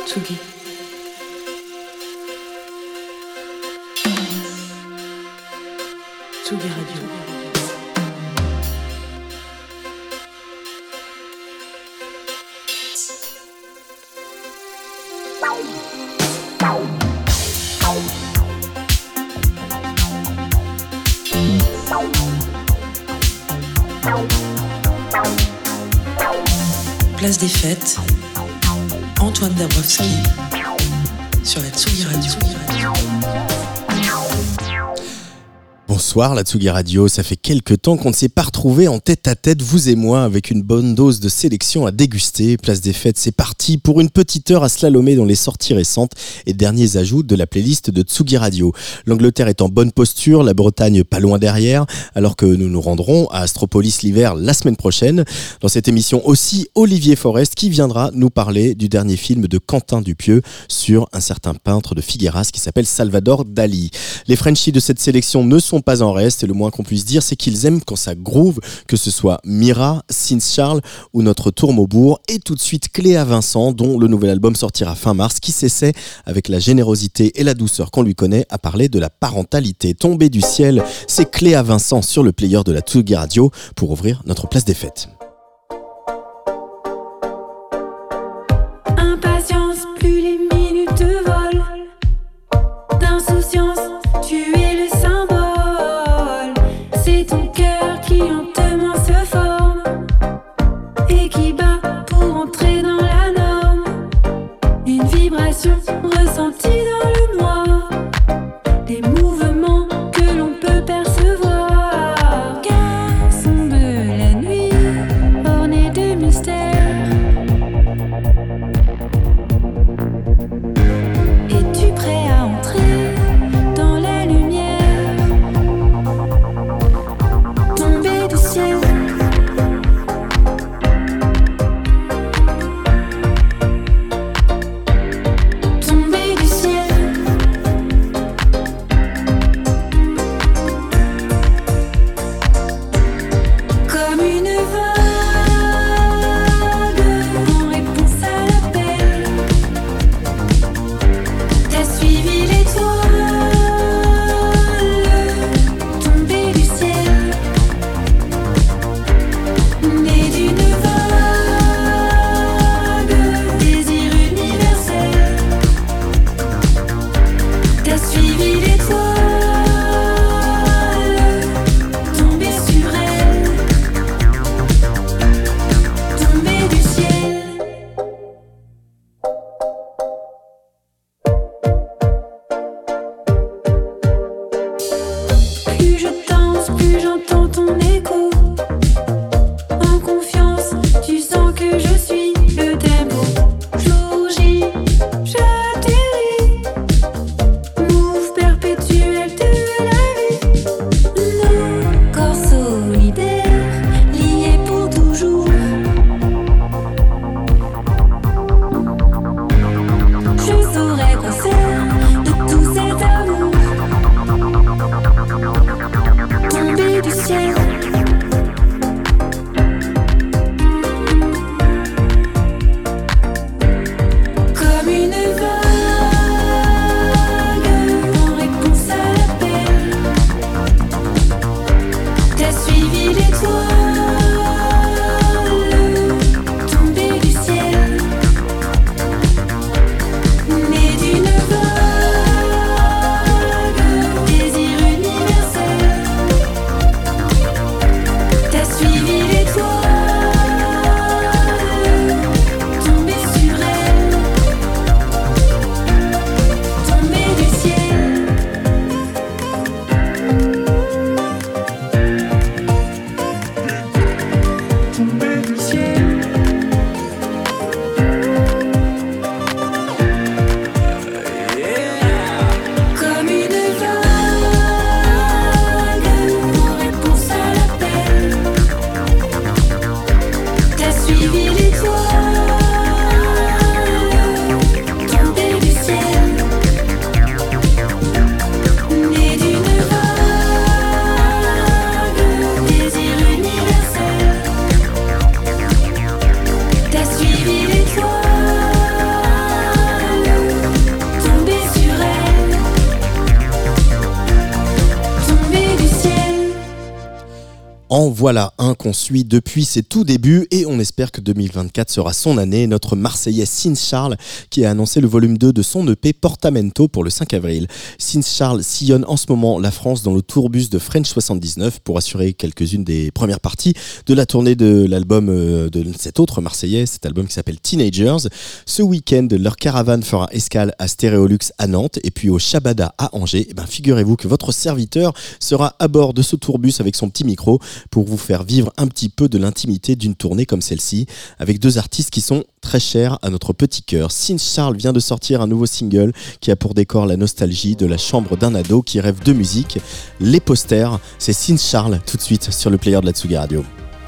Tsugi. Tsugi Radio. Place des Fêtes, Antoine Dabrowski sur la Tsugi Radio. Bonsoir la Tsugi Radio, ça fait quelques temps qu'on ne s'est pas retrouvés en tête à tête, vous et moi, avec une bonne dose de sélection à déguster. Place des Fêtes, c'est parti pour une petite heure à slalomer dans les sorties récentes et derniers ajouts de la playlist de Tsugi Radio. L'Angleterre est en bonne posture, la Bretagne pas loin derrière, alors que nous nous rendrons à Astropolis l'hiver la semaine prochaine. Dans cette émission aussi, Olivier Forest qui viendra nous parler du dernier film de Quentin Dupieux sur un certain peintre de Figueras qui s'appelle Salvador Dali. Les Frenchies de cette sélection ne sont pas en reste et le moins qu'on puisse dire c'est qu'ils aiment quand ça groove, que ce soit Mira, Sins Charles ou notre Tour Maubourg, et tout de suite Cléa Vincent dont le nouvel album sortira fin mars, qui s'essaie avec la générosité et la douceur qu'on lui connaît à parler de la parentalité. Tombée du ciel, c'est Cléa Vincent sur le player de la Tsugi Radio pour ouvrir notre place des fêtes. Impatience, plus les minutes volent. D'insouciance, tu es le symbole. C'est ton cœur qui lentement se forme et qui bat pour entrer dans la norme. Une vibration ressentie dans le noir, des mouvements que l'on peut percevoir. Garçon de la nuit, En voilà un qu'on suit depuis ses tout débuts et on espère que 2024 sera son année. Notre Marseillais Sins Charles qui a annoncé le volume 2 de son EP Portamento pour le 5 avril. Sins Charles sillonne en ce moment la France dans le tourbus de French 79 pour assurer quelques-unes des premières parties de la tournée de l'album de cet autre Marseillais, cet album qui s'appelle Teenagers. Ce week-end, leur caravane fera escale à Stéréolux à Nantes et puis au Shabada à Angers. Et figurez-vous que votre serviteur sera à bord de ce tourbus avec son petit micro pour vous faire vivre un petit peu de l'intimité d'une tournée comme celle-ci, avec deux artistes qui sont très chers à notre petit cœur. Sins Charles vient de sortir un nouveau single qui a pour décor la nostalgie de la chambre d'un ado qui rêve de musique. Les posters, c'est Sins Charles tout de suite sur le player de la Tsugi Radio.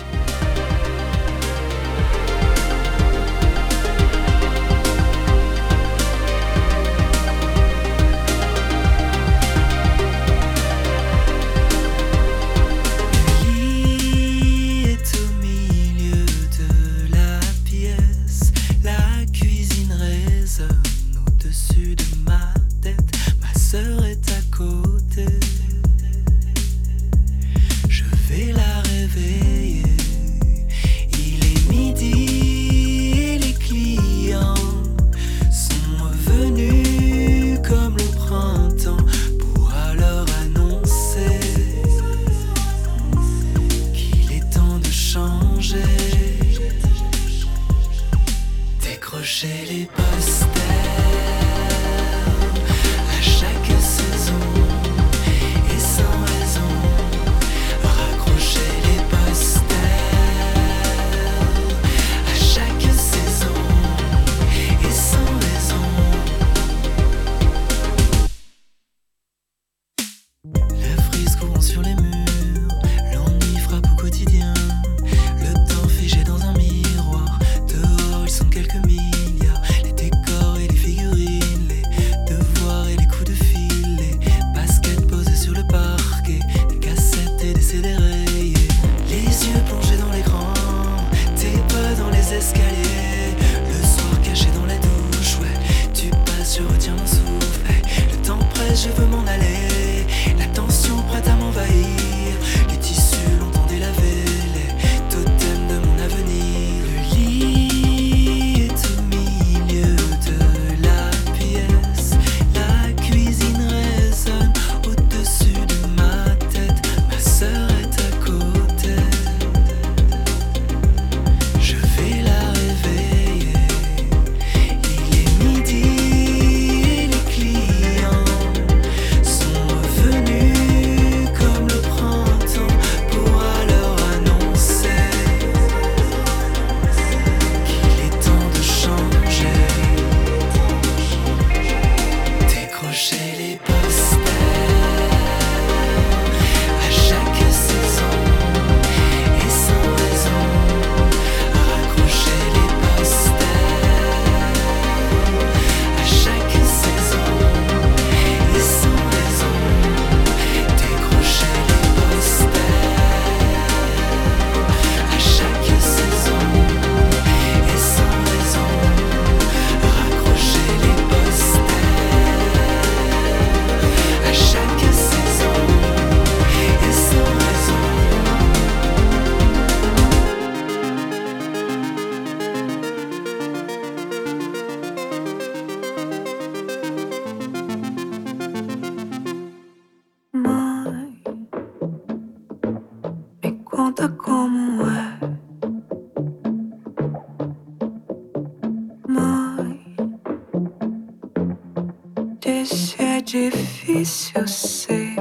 Difícil ser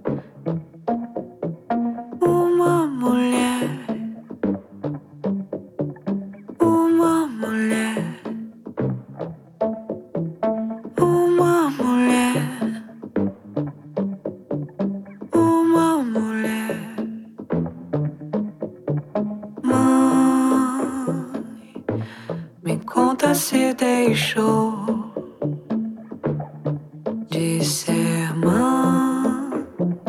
uma mulher, uma mulher, uma mulher, uma mulher. Mãe, me conta se deixou de ser mãe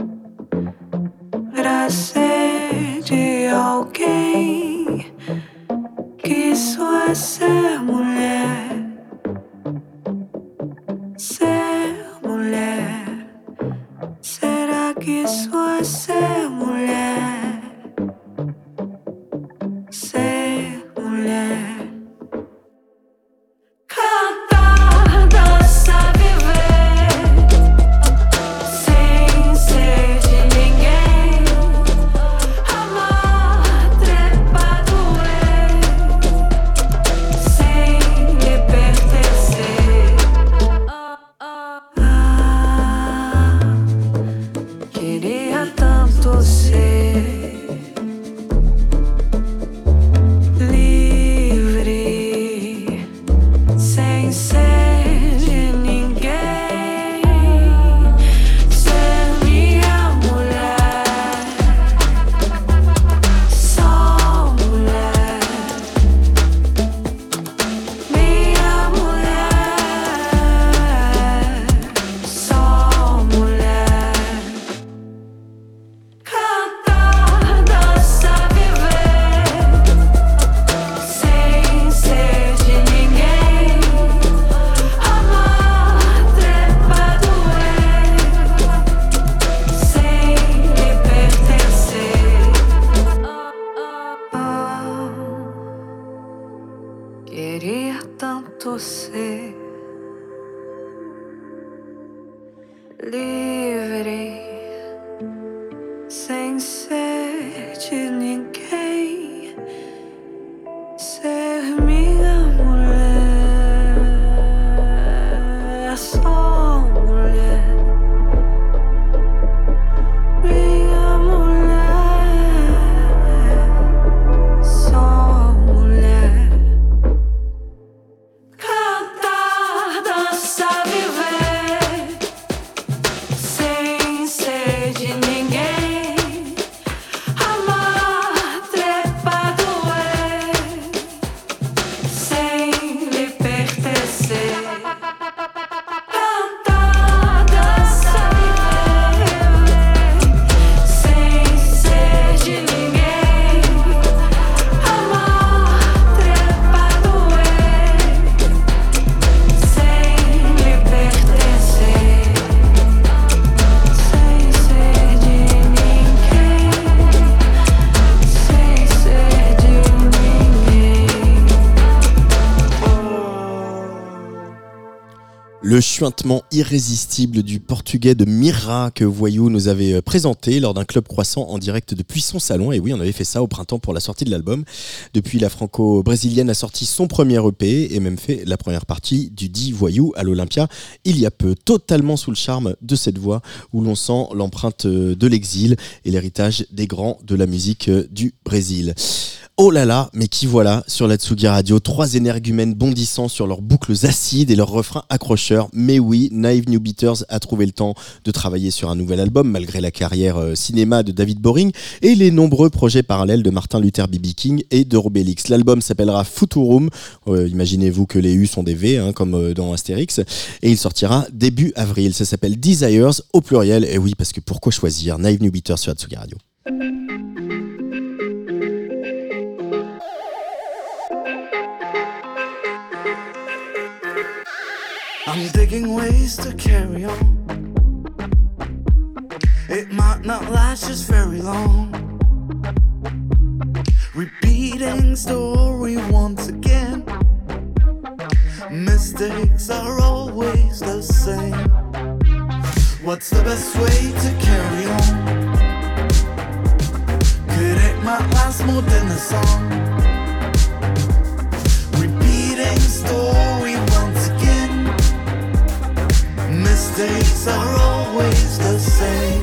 pra ser de alguém que só é ser mulher, ser mulher. Será que só é ser mulher? você livre, sem ser de ninguém, ser minha mulher, só mulher, minha mulher, só mulher. Cantar, dançar, viver, sem ser de ninguém, amar, trepar, doer, sem lhe pertencer. Cantar, dançar, viver, sem ser de ninguém, amar, trepar, doer, sem lhe pertencer. Sem ser de ninguém, sem ser de ninguém. Le chuintement irrésistible du portugais de Mira que Voyou nous avait présenté lors d'un club croissant en direct depuis son salon. Et oui, on avait fait ça au printemps pour la sortie de l'album. Depuis, la franco-brésilienne a sorti son premier EP et même fait la première partie du dit Voyou à l'Olympia il y a peu. Totalement sous le charme de cette voix où l'on sent l'empreinte de l'exil et l'héritage des grands de la musique du Brésil. Oh là là, mais qui voilà sur la Tsugi Radio, 3 énergumènes bondissant sur leurs boucles acides et leurs refrains accrocheurs. Mais oui, Naive New Beaters a trouvé le temps de travailler sur un nouvel album malgré la carrière cinéma de David Boring et les nombreux projets parallèles de Martin Luther B.B. King et de Robélix. L'album s'appellera Futurum, imaginez-vous que les U sont des V comme dans Astérix, et il sortira début avril. Ça s'appelle Desires au pluriel, et oui, parce que pourquoi choisir Naive New Beaters sur la Tsugi Radio. I'm digging ways to carry on. It might not last just very long. Repeating story once again. Mistakes are always the same. What's the best way to carry on? Good, it might last more than the song. Repeating story once again. Mistakes are always the same.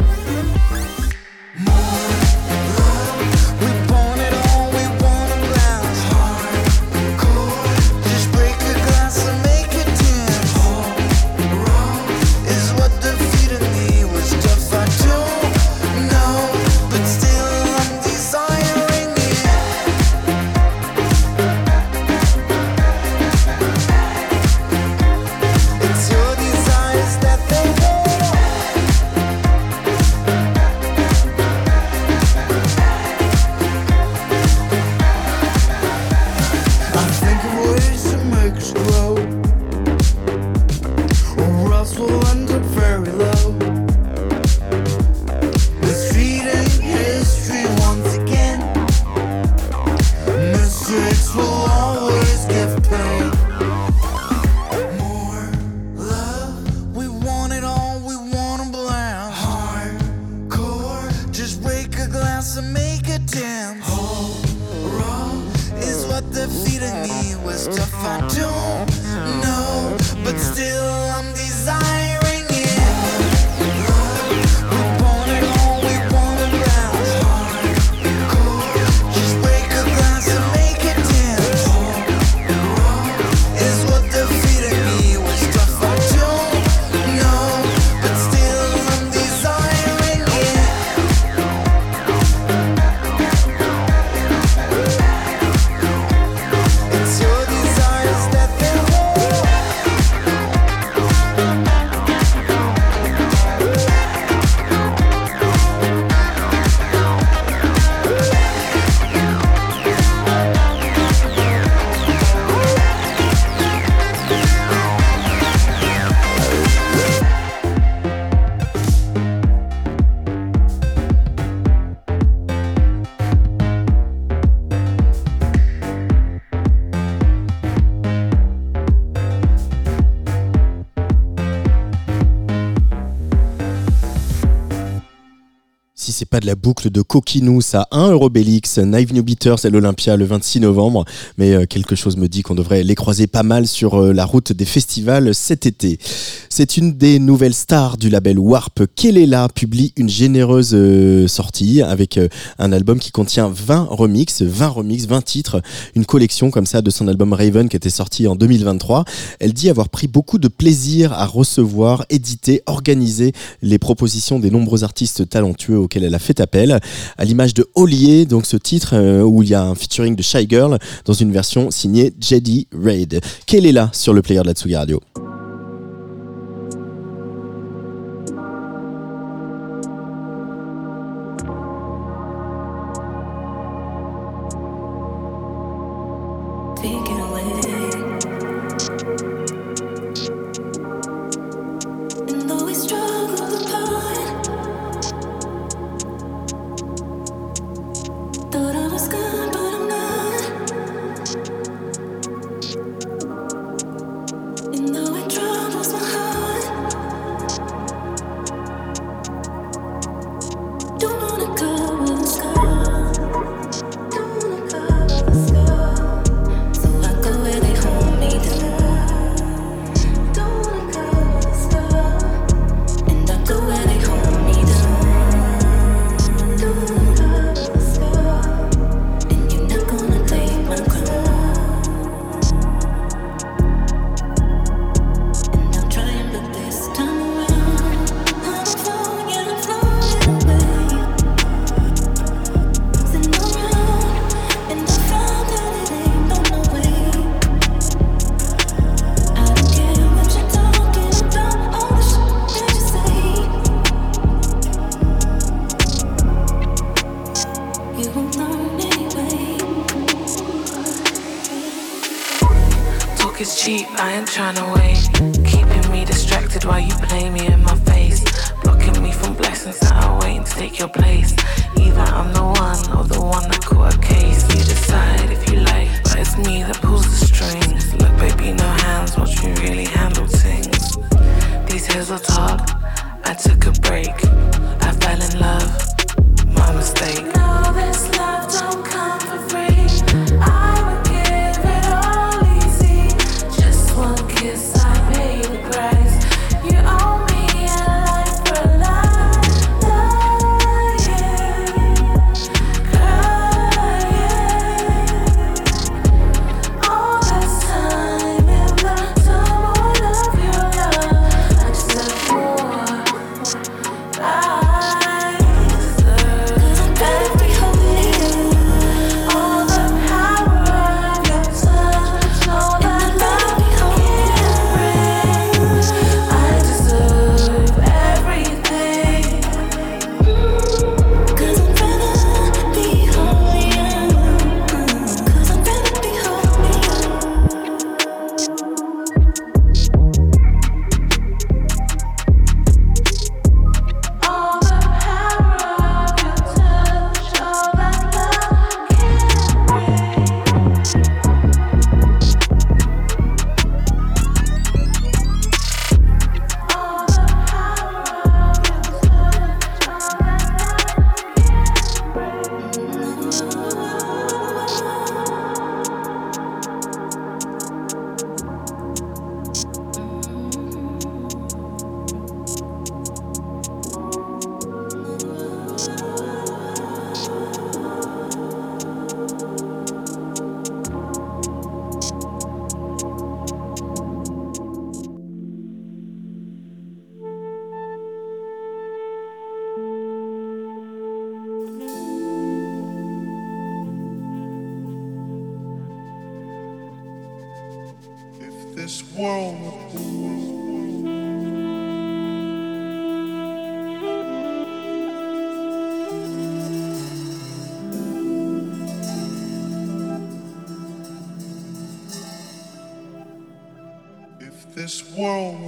More love, we want it all, we want a glass. Hardcore, just break a glass and make it dance. All wrong is what defeated me was tough, I don't know, but still I'm desiring it. It's your desires that they want. I think of ways to make us grow, or else we'll end up very low. Mistreating history once again. Mistakes will always give pain. More love, we want it all, we want a blast. Hardcore, just break a glass and make a dance. Whole wrong is what defeated me was tough, I don't know, but still I'm desiring it. Love, we want it all, we want a blast. Hardcore, just break a glass and make it dance. Wrong is what defeated me was tough, I don't know, but still I'm desiring it. It's your desires that they want. pas de la boucle de Coquinous à 1 Eurobellix, Naive New Beaters à l'Olympia le 26 novembre. Mais quelque chose me dit qu'on devrait les croiser pas mal sur la route des festivals cet été. C'est une des nouvelles stars du label Warp. Kelela publie une généreuse sortie avec un album qui contient 20 remixes, 20 titres, une collection comme ça de son album Raven qui était sorti en 2023. Elle dit avoir pris beaucoup de plaisir à recevoir, éditer, organiser les propositions des nombreux artistes talentueux auxquels elle a fait appel, à l'image de Ollier, donc ce titre où il y a un featuring de Shy Girl dans une version signée Jedi Raid. Quelle est là sur le player de la Tsugi Radio. This world if this world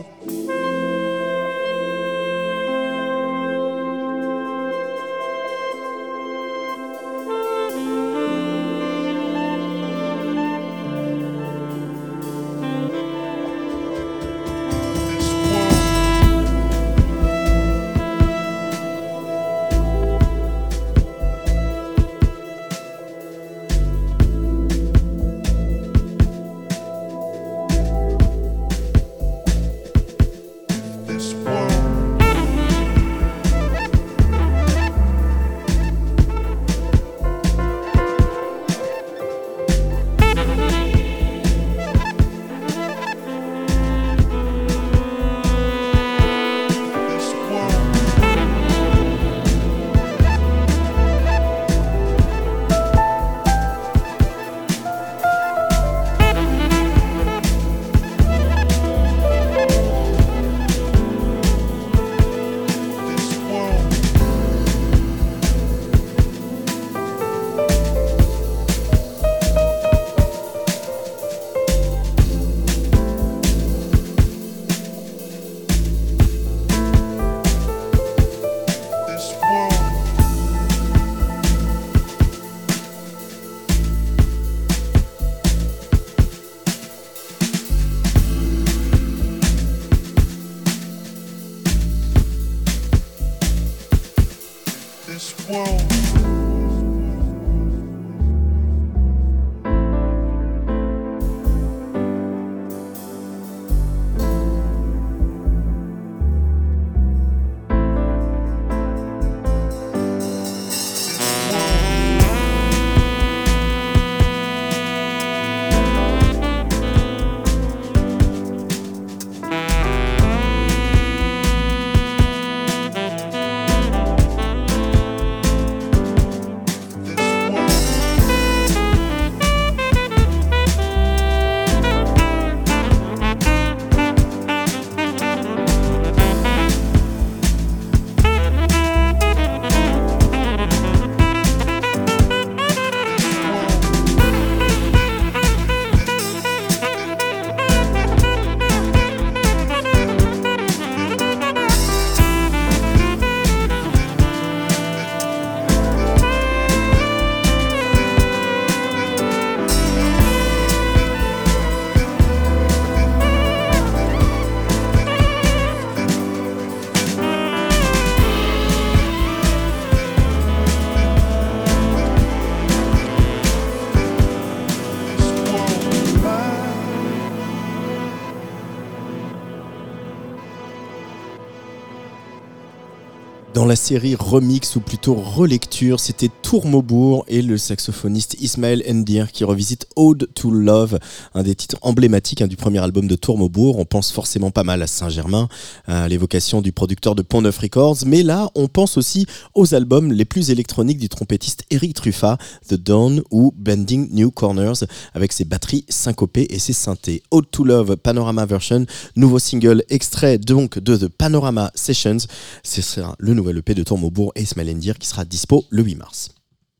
Dans la série remix ou plutôt relecture, c'était Tourmaubourg et le saxophoniste Ismaël Ndir qui revisite Ode to Love, un des titres emblématiques du premier album de Tourmaubourg. On pense forcément pas mal à Saint-Germain, à l'évocation du producteur de Pont-Neuf Records, mais là on pense aussi aux albums les plus électroniques du trompettiste Eric Truffat, The Dawn ou Bending New Corners, avec ses batteries syncopées et ses synthés. Ode to Love Panorama Version, nouveau single extrait donc de The Panorama Sessions. Ce sera le nouvel EP de Tourmaubourg et Ismaël Ndir qui sera dispo le 8 mars.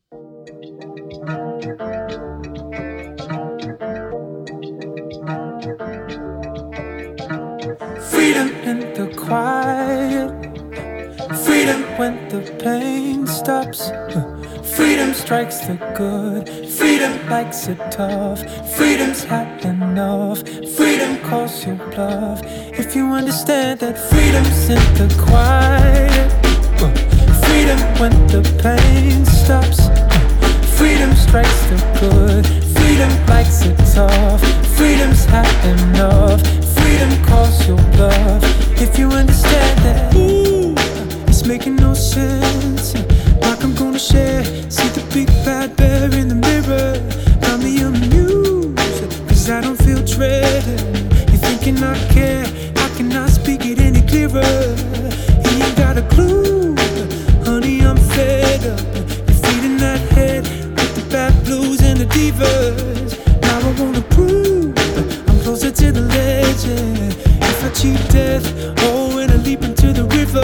Freedom in the quiet, freedom when the pain stops, freedom strikes the good, freedom likes it tough, freedom's had enough, freedom calls your bluff. If you understand that freedom's in the quiet, freedom when the pain stops, freedom strikes the good, freedom likes it tough, freedom's had enough, freedom calls your bluff. If you understand that, it's making no sense. Like I'm gonna share, see the big bad bear in the mirror. Got me amused, cause I don't feel dreaded. You're thinking I care, I cannot speak it any clearer. You ain't got a clue, honey, I'm fed up. You're feeding that head with the bad blues and the divas. Now I wanna prove I'm closer to the legend. If I cheat death, oh, when I leap into the river.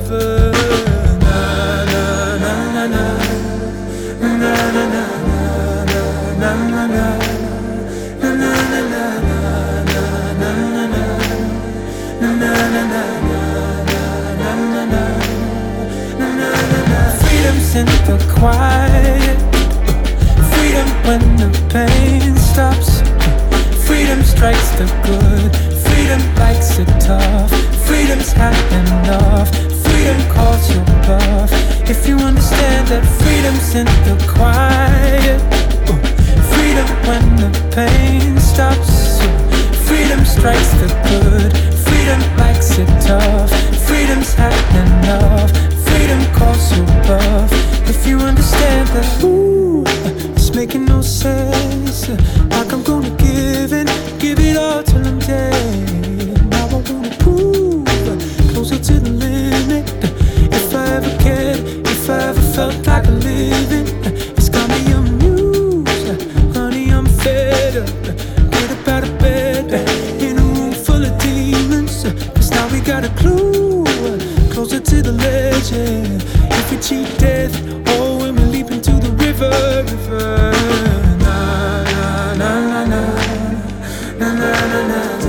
Na na na na na, na na na na na, na na na. Freedom's in the quiet, freedom when the pain stops, freedom strikes the good, freedom likes it tough, freedom's had enough, freedom calls your bluff. If you understand that freedom's in the quiet, freedom when the pain stops, freedom strikes the good, freedom likes it tough, freedom's had enough, freedom calls your bluff. If you understand that, it's making no sense. Like I'm gonna give it all till I'm dead. Now I wanna prove closer to the limit. If I ever cared, if I ever felt like a living, it's got me amused. Honey, I'm fed up. Get up out of bed in a room full of demons. Cause now we got a clue, closer to the legend. If we cheat death, oh, when we leap into the river. Na na na na na, na na na na.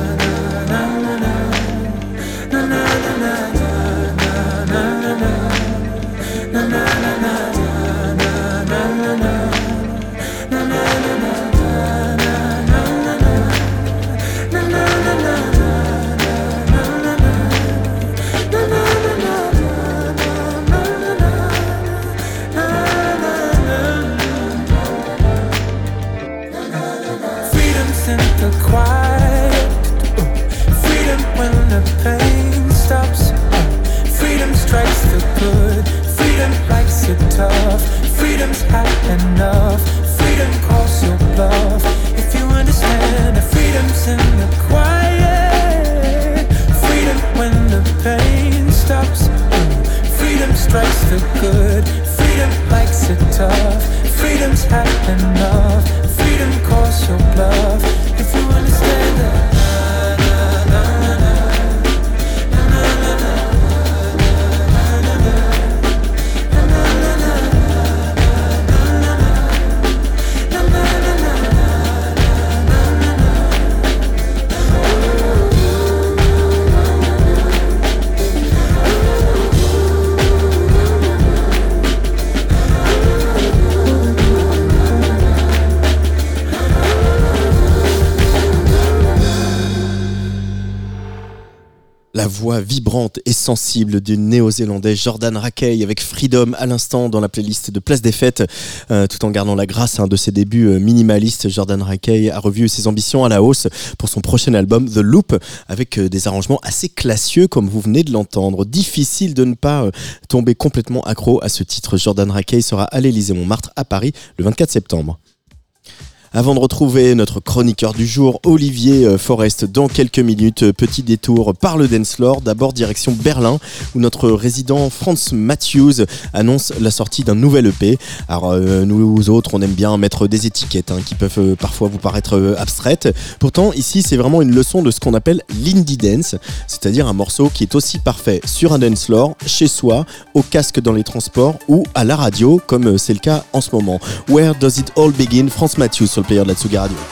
Freedom's had enough, freedom calls your bluff. If you understand that freedom's in the quiet, freedom when the pain stops, freedom strikes the good, freedom likes it tough, freedom's had enough, freedom calls your bluff. If you understand that. La voix vibrante et sensible du néo-zélandais Jordan Rakei avec Freedom à l'instant dans la playlist de Place des Fêtes. Tout en gardant la grâce de ses débuts minimalistes, Jordan Rakei a revu ses ambitions à la hausse pour son prochain album The Loop avec des arrangements assez classieux comme vous venez de l'entendre. Difficile de ne pas tomber complètement accro à ce titre. Jordan Rakei sera à l'Élysée-Montmartre à Paris le 24 septembre. Avant de retrouver notre chroniqueur du jour, Olivier Forest, dans quelques minutes, petit détour par le dance floor. D'abord direction Berlin, où notre résident Franz Matthews annonce la sortie d'un nouvel EP. Alors nous autres, on aime bien mettre des étiquettes qui peuvent parfois vous paraître abstraites. Pourtant, ici, c'est vraiment une leçon de ce qu'on appelle l'indie dance, c'est-à-dire un morceau qui est aussi parfait sur un dance floor, chez soi, au casque dans les transports ou à la radio, comme c'est le cas en ce moment. Where Does It All Begin? Franz Matthews sur le player de la Tsugi Radio.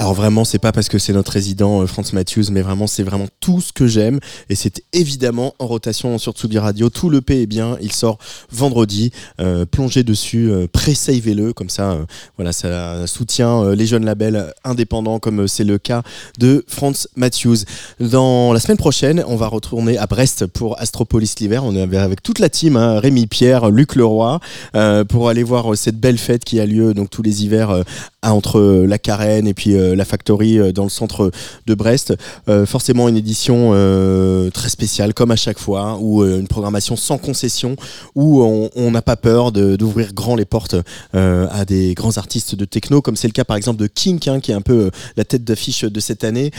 Alors vraiment, c'est pas parce que c'est notre résident Franz Matthews, mais vraiment, c'est vraiment tout ce que j'aime. Et c'est évidemment en rotation sur Tsugi Radio. Tout l'EP est bien, il sort vendredi. Plongez dessus, pré-savez-le, comme ça, voilà, ça soutient les jeunes labels indépendants, comme c'est le cas de Franz Matthews. Dans la semaine prochaine, on va retourner à Brest pour Astropolis l'hiver. On est avec toute la team, hein, Rémi Pierre, Luc Leroy, pour aller voir cette belle fête qui a lieu donc tous les hivers entre la Carène et puis la Factory dans le centre de Brest. Forcément une édition très spéciale comme à chaque fois, ou une programmation sans concession, où on n'a pas peur d'ouvrir grand les portes à des grands artistes de techno, comme c'est le cas par exemple de Kink, hein, qui est un peu la tête d'affiche de cette année.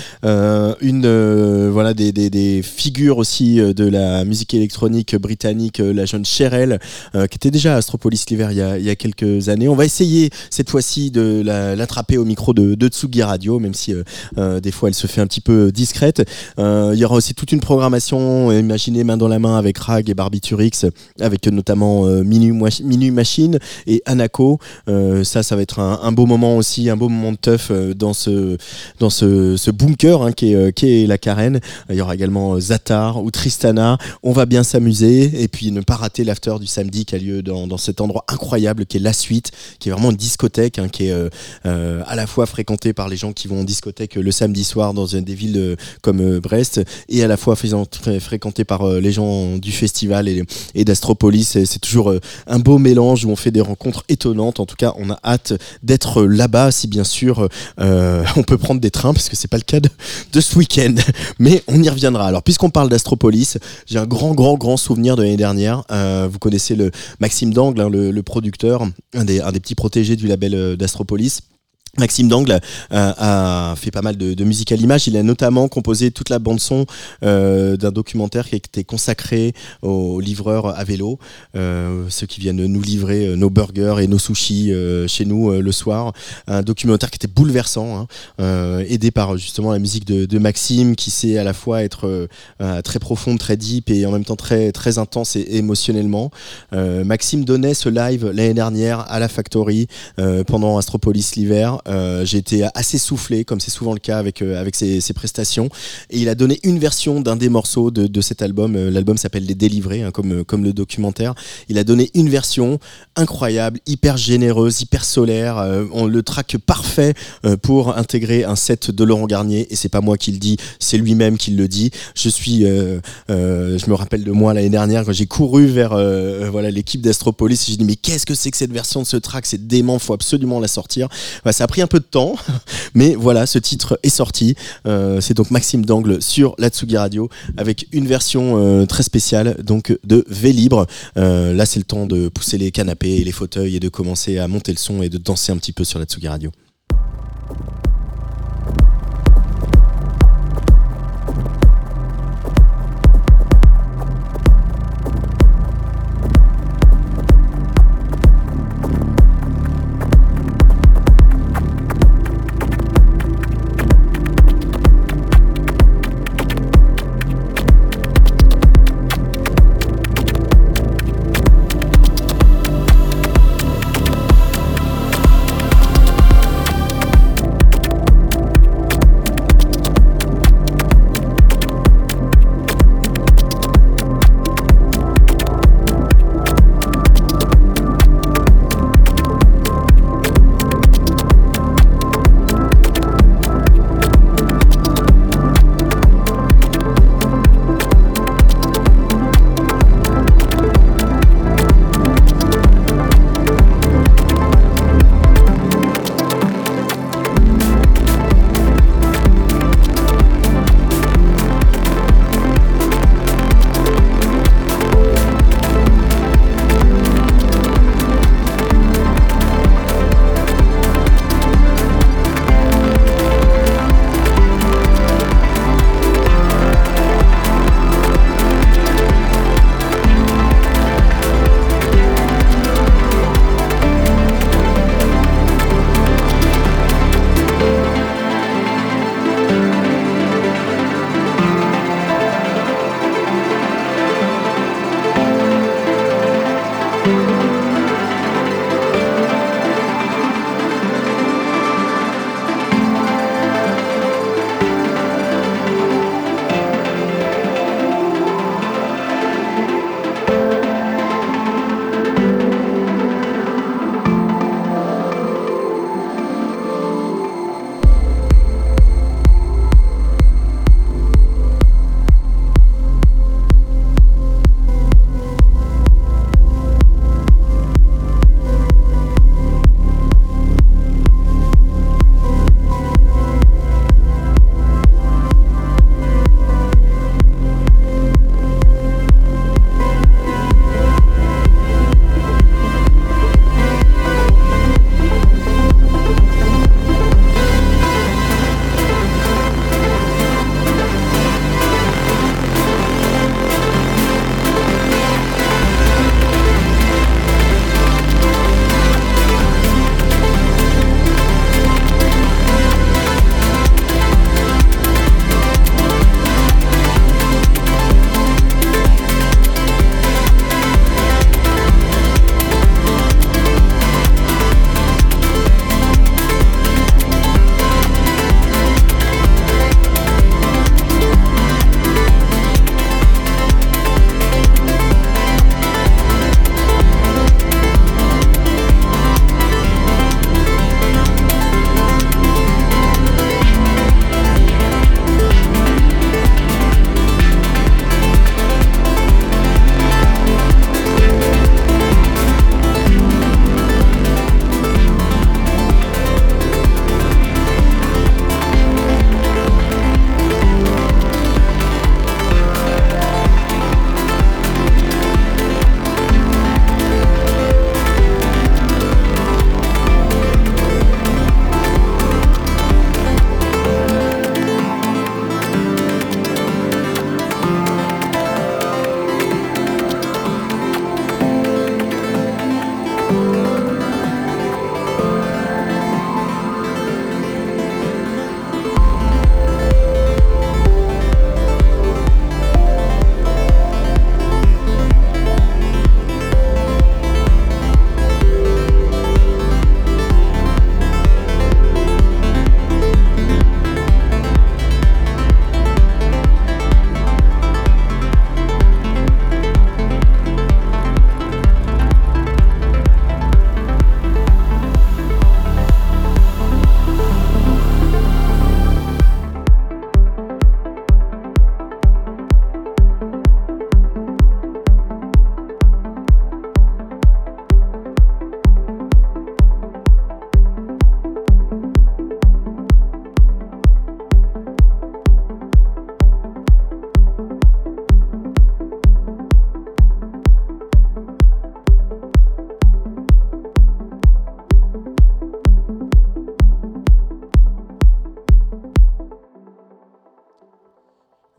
Voilà des figures aussi de la musique électronique britannique, la jeune Cherelle, qui était déjà à Astropolis l'hiver il y a quelques années. On va essayer cette fois-ci de l'attraper au micro de Tsugi Radio, même si des fois elle se fait un petit peu discrète. Il y aura aussi toute une programmation imaginée main dans la main avec Rag et Barbiturix, avec notamment Minu Machine et Anako. Ça va être un beau moment aussi, un beau moment de teuf dans ce bunker, hein, qui est la Carène. Il y aura également Zatar ou Tristana. On va bien s'amuser et puis ne pas rater l'after du samedi qui a lieu dans cet endroit incroyable qui est La Suite, qui est vraiment une discothèque, hein, qui est à la fois fréquentée par les gens qui vont en discothèque le samedi soir dans des villes comme Brest, et à la fois fréquentée par les gens du festival et d'Astropolis. Et c'est toujours un beau mélange où on fait des rencontres étonnantes. En tout cas, on a hâte d'être là-bas, si bien sûr on peut prendre des trains, parce que c'est pas le cas de ce week-end, mais on y reviendra. Alors, puisqu'on parle d'Astropolis, j'ai un grand souvenir de l'année dernière. Vous connaissez le Maxime Dangle, hein, le producteur, un des petits protégés du label d'Astropolis. Maxime Dangle a fait pas mal de musique à l'image. Il a notamment composé toute la bande-son d'un documentaire qui était consacré aux livreurs à vélo, ceux qui viennent nous livrer nos burgers et nos sushis chez nous le soir. Un documentaire qui était bouleversant, hein, aidé par justement la musique de Maxime, qui sait à la fois être très profonde, très deep, et en même temps très, très intense et émotionnellement. Maxime donnait ce live l'année dernière à la Factory pendant Astropolis l'hiver. J'ai été assez soufflé, comme c'est souvent le cas avec ses prestations, et il a donné une version d'un des morceaux de cet album. L'album s'appelle Les Délivrés, hein, comme le documentaire. Il a donné une version incroyable, hyper généreuse, hyper solaire, le track parfait pour intégrer un set de Laurent Garnier, et c'est pas moi qui le dis, c'est lui-même qui le dit. Je me rappelle de moi l'année dernière quand j'ai couru vers l'équipe d'Astropolis, et j'ai dit mais qu'est-ce que c'est que cette version de ce track, c'est dément, faut absolument la sortir. Ça a pris un peu de temps, mais voilà, ce titre est sorti. C'est donc Maxime Dangle sur la Tsugi Radio avec une version très spéciale donc de V-Libre. Là, c'est le temps de pousser les canapés et les fauteuils et de commencer à monter le son et de danser un petit peu sur la Tsugi Radio.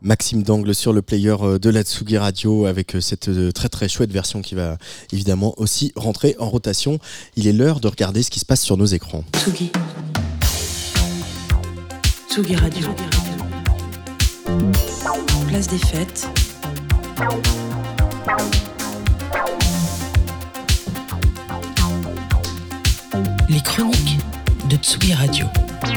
Maxime Dangle sur le player de la Tsugi Radio avec cette très très chouette version qui va évidemment aussi rentrer en rotation. Il est l'heure de regarder ce qui se passe sur nos écrans. Tsugi. Tsugi Radio. Place des Fêtes. Les chroniques de Tsugi Radio.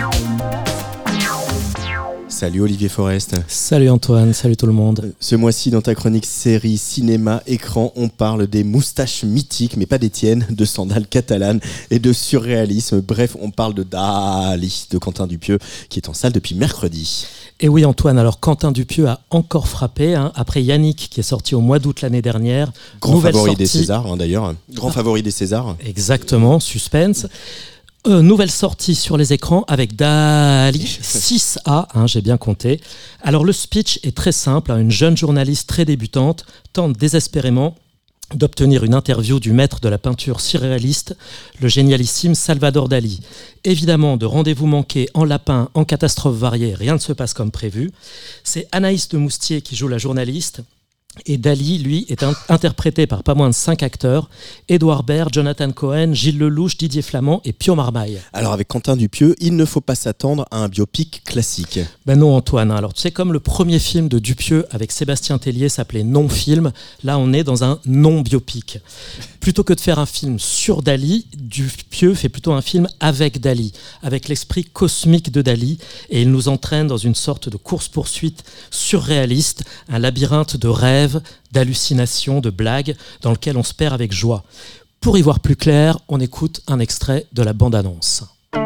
Salut Olivier Forest. Salut Antoine, salut tout le monde. Ce mois-ci, dans ta chronique série, cinéma, écran, on parle des moustaches mythiques, mais pas des tiennes, de sandales catalanes et de surréalisme. Bref, on parle de Dali, de Quentin Dupieux, qui est en salle depuis mercredi. Et oui Antoine, alors Quentin Dupieux a encore frappé, après Yannick qui est sorti au mois d'août l'année dernière. Grand favori des Césars d'ailleurs, grand favori des Césars. Exactement, suspense. Nouvelle sortie sur les écrans avec Dali, 6A, j'ai bien compté. Alors le speech est très simple, une jeune journaliste très débutante tente désespérément d'obtenir une interview du maître de la peinture surréaliste, le génialissime Salvador Dali. Évidemment, de rendez-vous manqués en lapin, en catastrophe variée, rien ne se passe comme prévu. C'est Anaïs de Moustier qui joue la journaliste. Et Dali, lui, est interprété par pas moins de 5 acteurs, Édouard Baird, Jonathan Cohen, Gilles Lelouch, Didier Flamand et Pio Marmaille. Alors avec Quentin Dupieux, il ne faut pas s'attendre à un biopic classique. Ben non Antoine, alors tu sais, comme le premier film de Dupieux avec Sébastien Tellier s'appelait Non-film, là on est dans un non-biopic. Plutôt que de faire un film sur Dali, Dupieux fait plutôt un film avec Dali, avec l'esprit cosmique de Dali, et il nous entraîne dans une sorte de course-poursuite surréaliste, un labyrinthe de rêves, d'hallucinations, de blagues, dans lequel on se perd avec joie. Pour y voir plus clair, on écoute un extrait de la bande-annonce.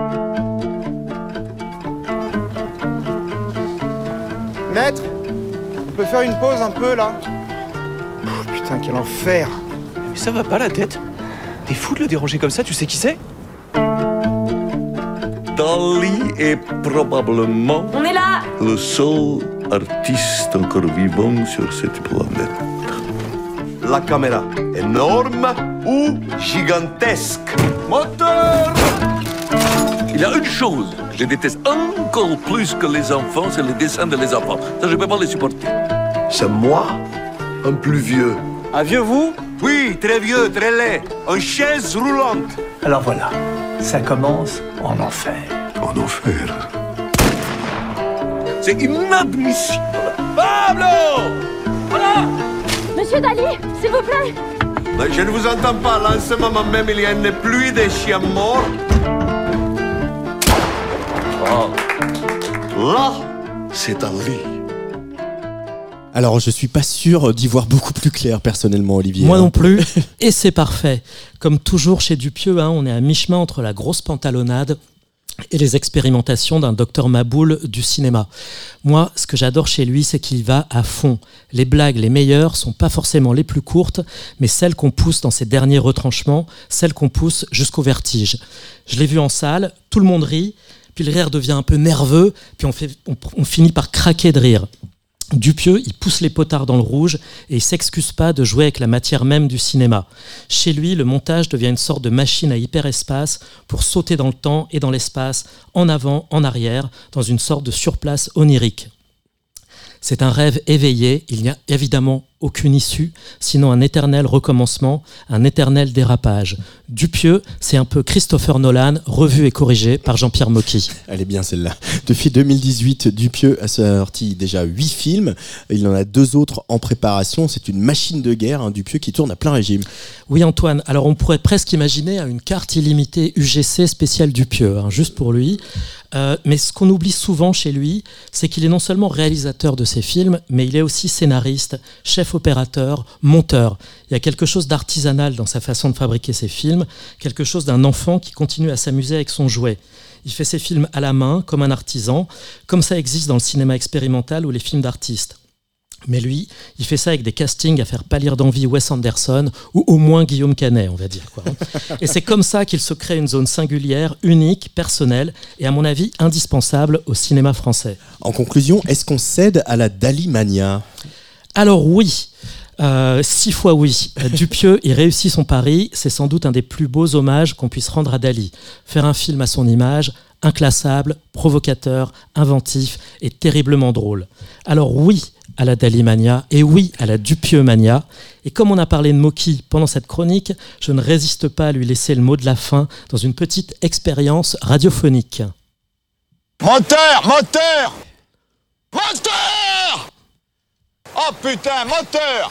Maître, on peut faire une pause un peu là? Putain, quel enfer! Mais ça va pas la tête? T'es fou de le déranger comme ça, tu sais qui c'est? Dali est probablement On est là! le seul artiste encore vivant sur cette planète. La caméra, énorme ou gigantesque. Moteur! Il y a une chose que je déteste encore plus que les enfants, c'est les dessins de les enfants. Ça, je peux pas les supporter. C'est moi, un plus vieux. Un vieux vous? Oui, très vieux, très laid. En chaise roulante. Alors voilà, ça commence en enfer. En enfer. C'est inadmissible. Pablo! Voilà! Monsieur Dali, s'il vous plaît! Mais je ne vous entends pas. Là, en ce moment même, il y a une pluie de chiens morts. Oh. Là, c'est Dali. Alors je suis pas sûr d'y voir beaucoup plus clair personnellement, Olivier. Moi non plus, et c'est parfait. Comme toujours chez Dupieux, on est à mi-chemin entre la grosse pantalonnade et les expérimentations d'un docteur Maboul du cinéma. Moi, ce que j'adore chez lui, c'est qu'il va à fond. Les blagues les meilleures sont pas forcément les plus courtes, mais celles qu'on pousse dans ses derniers retranchements, celles qu'on pousse jusqu'au vertige. Je l'ai vu en salle, tout le monde rit, puis le rire devient un peu nerveux, puis on finit par craquer de rire. Dupieux, il pousse les potards dans le rouge et il s'excuse pas de jouer avec la matière même du cinéma. Chez lui, le montage devient une sorte de machine à hyperespace pour sauter dans le temps et dans l'espace, en avant, en arrière, dans une sorte de surplace onirique. C'est un rêve éveillé, il n'y a évidemment aucune issue, sinon un éternel recommencement, un éternel dérapage. Dupieux, c'est un peu Christopher Nolan, revu et corrigé par Jean-Pierre Mocky. Elle est bien celle-là. Depuis 2018, Dupieux a sorti déjà 8 films. Il en a 2 autres en préparation. C'est une machine de guerre, Dupieux, qui tourne à plein régime. Oui Antoine, alors on pourrait presque imaginer une carte illimitée UGC spéciale Dupieux, juste pour lui. Mais ce qu'on oublie souvent chez lui, c'est qu'il est non seulement réalisateur de ses films, mais il est aussi scénariste, chef opérateur, monteur. Il y a quelque chose d'artisanal dans sa façon de fabriquer ses films, quelque chose d'un enfant qui continue à s'amuser avec son jouet. Il fait ses films à la main, comme un artisan, comme ça existe dans le cinéma expérimental ou les films d'artistes. Mais lui, il fait ça avec des castings à faire pâlir d'envie Wes Anderson ou au moins Guillaume Canet, on va dire. Et c'est comme ça qu'il se crée une zone singulière, unique, personnelle et à mon avis indispensable au cinéma français. En conclusion, est-ce qu'on cède à la Dalimania ? Alors oui, 6 fois oui. Dupieux, il réussit son pari, c'est sans doute un des plus beaux hommages qu'on puisse rendre à Dali. Faire un film à son image, inclassable, provocateur, inventif est terriblement drôle. Alors oui à la Dalimania et oui à la Dupieux-mania. Et comme on a parlé de Moki pendant cette chronique, je ne résiste pas à lui laisser le mot de la fin dans une petite expérience radiophonique. Moteur, moteur, moteur! Oh putain, moteur!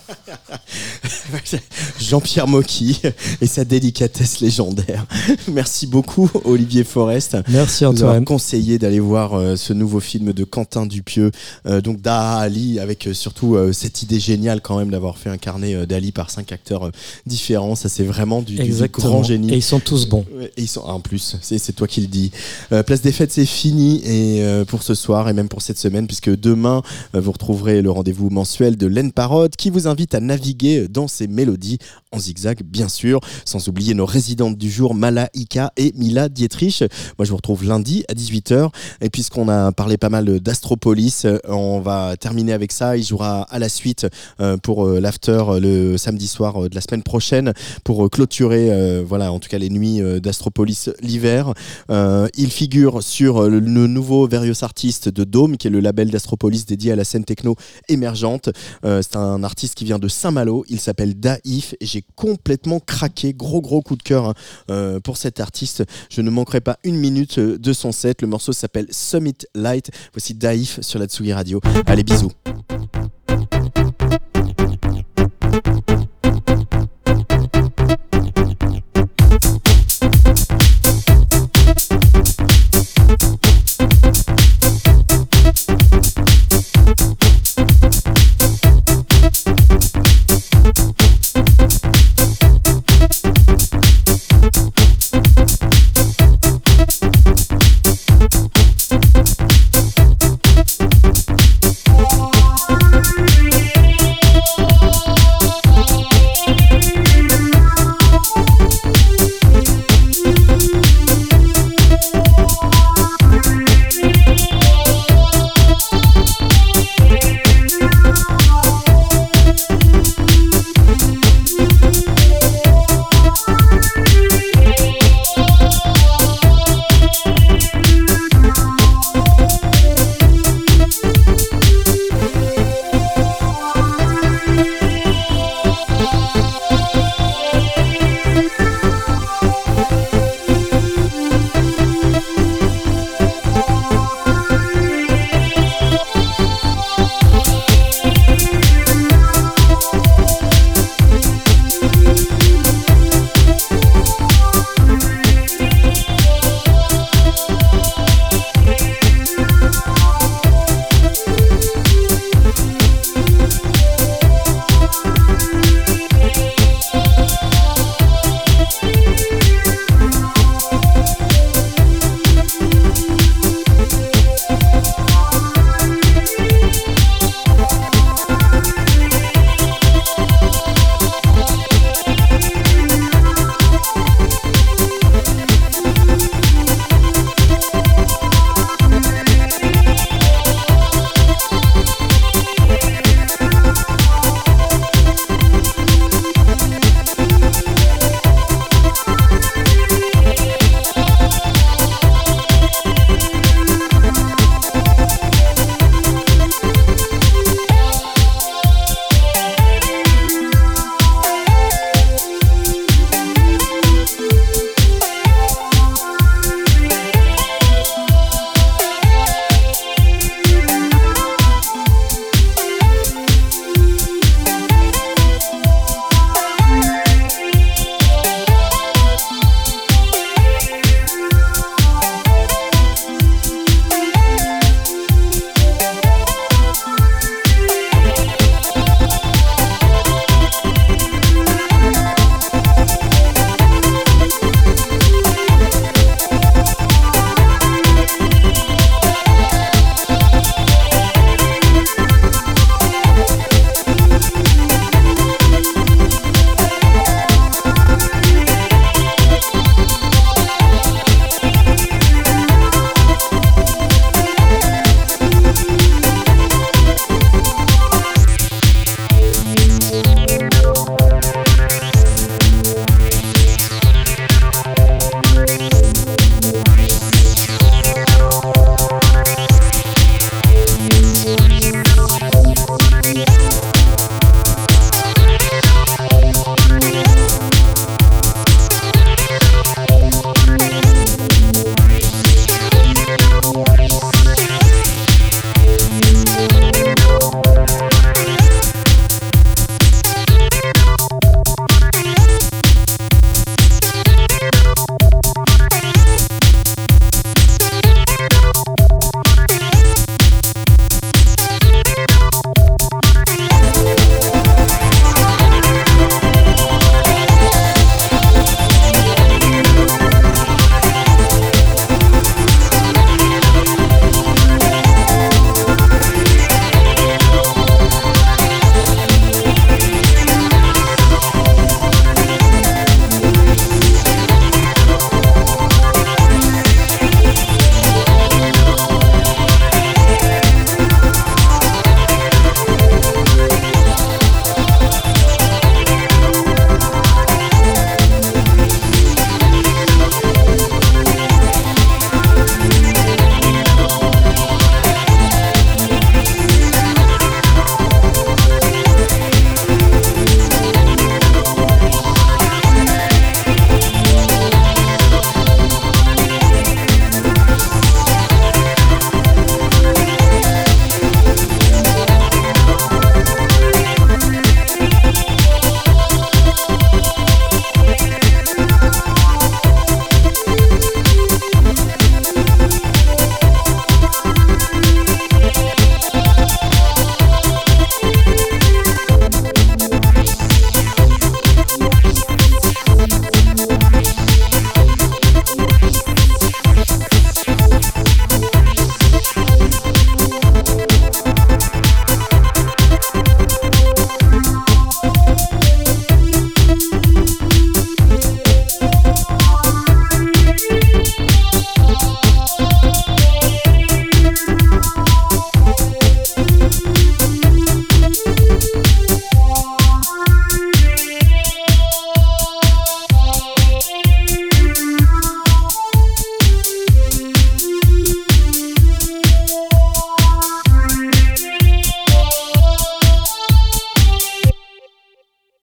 Jean-Pierre Mocky et sa délicatesse légendaire. Merci beaucoup Olivier Forest. Merci Antoine. Antoine. Conseillé d'aller voir ce nouveau film de Quentin Dupieux, donc Daha Ali, avec surtout cette idée géniale quand même d'avoir fait incarner Dali par 5 acteurs différents. Ça c'est vraiment du grand génie. Et ils sont tous bons. Et ils sont en plus, c'est toi qui le dis. Place des Fêtes, c'est fini et pour ce soir et même pour cette semaine, puisque demain vous retrouverez le rendez-vous mensuel de Laine Parode qui vous invite à naviguer dans ses mélodies en zigzag, bien sûr, sans oublier nos résidentes du jour, Malaika et Mila Dietrich. Moi, je vous retrouve lundi à 18h. Et puisqu'on a parlé pas mal d'Astropolis, on va terminer avec ça. Il jouera à la suite pour l'after le samedi soir de la semaine prochaine pour clôturer, voilà, en tout cas les nuits d'Astropolis l'hiver. Il figure sur le nouveau Various Artist de Dôme, qui est le label d'Astropolis dédié à la scène techno émergente. C'est un artiste qui vient de Saint-Malo. Il s'appelle Daif. J'ai complètement craqué, gros coup de cœur pour cet artiste. Je ne manquerai pas une minute de son set. Le morceau s'appelle Summit Light. Voici Daif sur la Tsugi Radio. Allez, bisous.